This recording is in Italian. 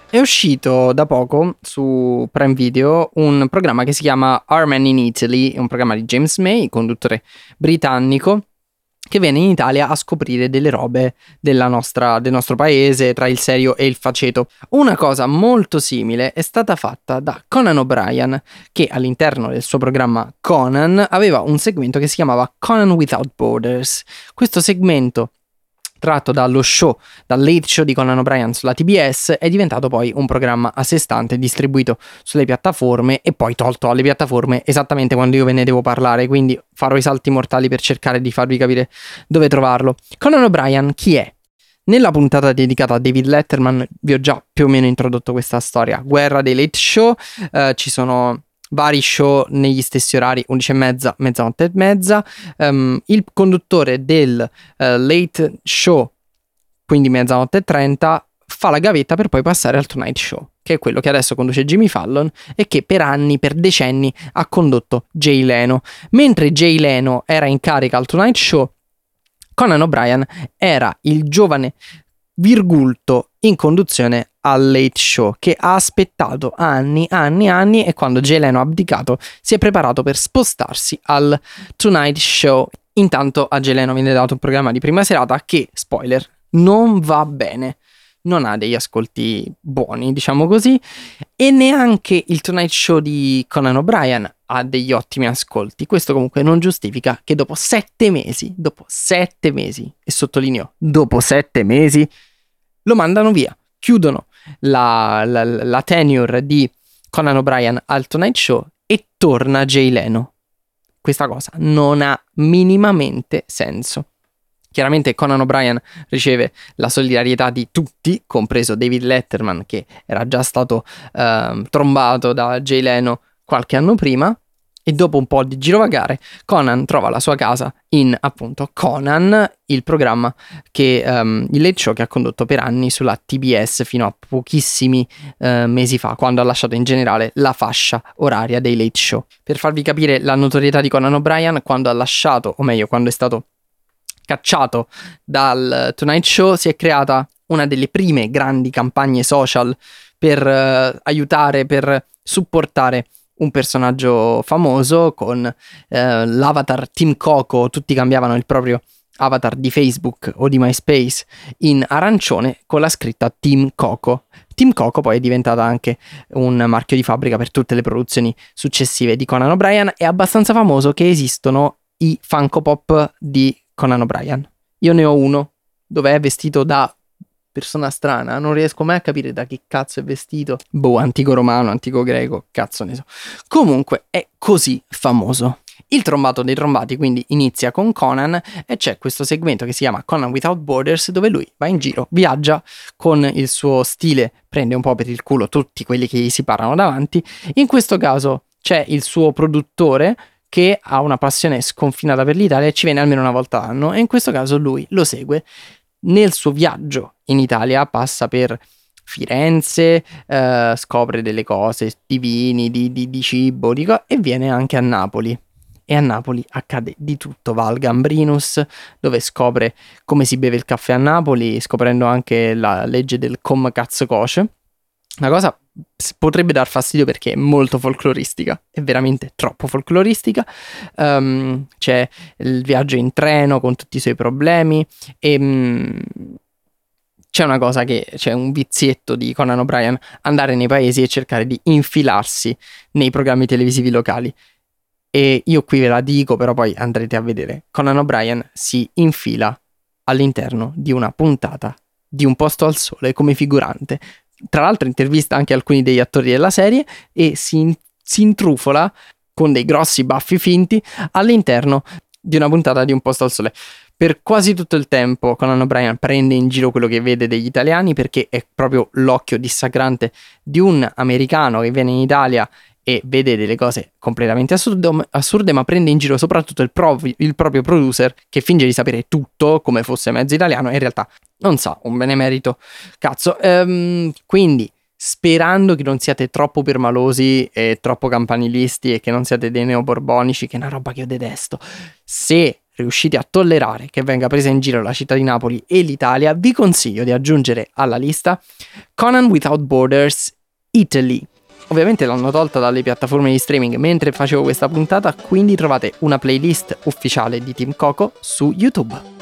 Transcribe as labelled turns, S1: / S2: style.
S1: È uscito da poco su Prime Video un programma che si chiama Our Man in Italy, è un programma di James May, conduttore britannico, che viene in Italia a scoprire delle robe del nostro paese, tra il serio e il faceto. Una cosa molto simile è stata fatta da Conan O'Brien, che all'interno del suo programma Conan aveva un segmento che si chiamava Conan Without Borders. Questo segmento, tratto dal Late Show di Conan O'Brien sulla TBS, è diventato poi un programma a sé stante, distribuito sulle piattaforme e poi tolto alle piattaforme esattamente quando io ve ne devo parlare, quindi farò i salti mortali per cercare di farvi capire dove trovarlo. Conan O'Brien chi è? Nella puntata dedicata a David Letterman vi ho già più o meno introdotto questa storia. Guerra dei Late Show, ci sono vari show negli stessi orari, 11:30, mezzanotte e mezza. Il conduttore del Late Show, quindi mezzanotte e 30, fa la gavetta per poi passare al Tonight Show, che è quello che adesso conduce Jimmy Fallon e che per anni, per decenni, ha condotto Jay Leno. Mentre Jay Leno era in carica al Tonight Show, Conan O'Brien era il giovane virgulto in conduzione al Late Show, che ha aspettato anni e quando Jay Leno ha abdicato si è preparato per spostarsi al Tonight Show. Intanto a Jay Leno viene dato un programma di prima serata che, spoiler, non va bene, non ha degli ascolti buoni, diciamo così, e neanche il Tonight Show di Conan O'Brien ha degli ottimi ascolti. Questo comunque non giustifica che dopo 7 mesi, e sottolineo, dopo 7 mesi, lo mandano via, chiudono la tenure di Conan O'Brien al Tonight Show e torna Jay Leno. Questa cosa non ha minimamente senso. Chiaramente Conan O'Brien riceve la solidarietà di tutti, compreso David Letterman, che era già stato trombato da Jay Leno qualche anno prima, e dopo un po' di girovagare Conan trova la sua casa in, appunto, Conan, il programma che il Late Show che ha condotto per anni sulla TBS fino a pochissimi mesi fa, quando ha lasciato in generale la fascia oraria dei Late Show. Per farvi capire la notorietà di Conan O'Brien, quando ha lasciato, o meglio, quando è stato cacciato dal Tonight Show, si è creata una delle prime grandi campagne social per aiutare, per supportare un personaggio famoso con l'avatar Team Coco. Tutti cambiavano il proprio avatar di Facebook o di MySpace in arancione con la scritta Team Coco. Team Coco poi è diventata anche un marchio di fabbrica per tutte le produzioni successive di Conan O'Brien. È abbastanza famoso che esistono i Funko Pop di Conan O'Brien. Io ne ho uno dove è vestito da persona strana, non riesco mai a capire da che cazzo è vestito. Antico romano, antico greco, cazzo ne so. Comunque è così famoso. Il trombato dei trombati quindi inizia con Conan e c'è questo segmento che si chiama Conan Without Borders, dove lui va in giro, viaggia con il suo stile, prende un po' per il culo tutti quelli che gli si parano davanti. In questo caso c'è il suo produttore che ha una passione sconfinata per l'Italia e ci viene almeno una volta l'anno, e in questo caso lui lo segue. Nel suo viaggio in Italia passa per Firenze, scopre delle cose, di vini, di cibo, e viene anche a Napoli. E a Napoli accade di tutto, va al Gambrinus, dove scopre come si beve il caffè a Napoli, scoprendo anche la legge del com cazzo coce. Una cosa potrebbe dar fastidio perché è molto folcloristica, è veramente troppo folcloristica. C'è il viaggio in treno con tutti i suoi problemi e c'è una cosa c'è un vizietto di Conan O'Brien: andare nei paesi e cercare di infilarsi nei programmi televisivi locali. E io qui ve la dico, però poi andrete a vedere. Conan O'Brien si infila all'interno di una puntata di Un posto al sole come figurante. Tra l'altro intervista anche alcuni degli attori della serie e si intrufola con dei grossi baffi finti all'interno di una puntata di Un posto al sole. Per quasi tutto il tempo Conan O'Brien prende in giro quello che vede degli italiani, perché è proprio l'occhio dissacrante di un americano che viene in Italia e vede delle cose completamente assurde, ma prende in giro soprattutto il proprio producer, che finge di sapere tutto come fosse mezzo italiano e in realtà non sa un benemerito cazzo. Quindi, sperando che non siate troppo permalosi e troppo campanilisti e che non siate dei neoborbonici, che è una roba che io detesto, se riusciti a tollerare che venga presa in giro la città di Napoli e l'Italia, vi consiglio di aggiungere alla lista Conan Without Borders Italy. Ovviamente l'hanno tolta dalle piattaforme di streaming mentre facevo questa puntata, quindi trovate una playlist ufficiale di Team Coco su YouTube.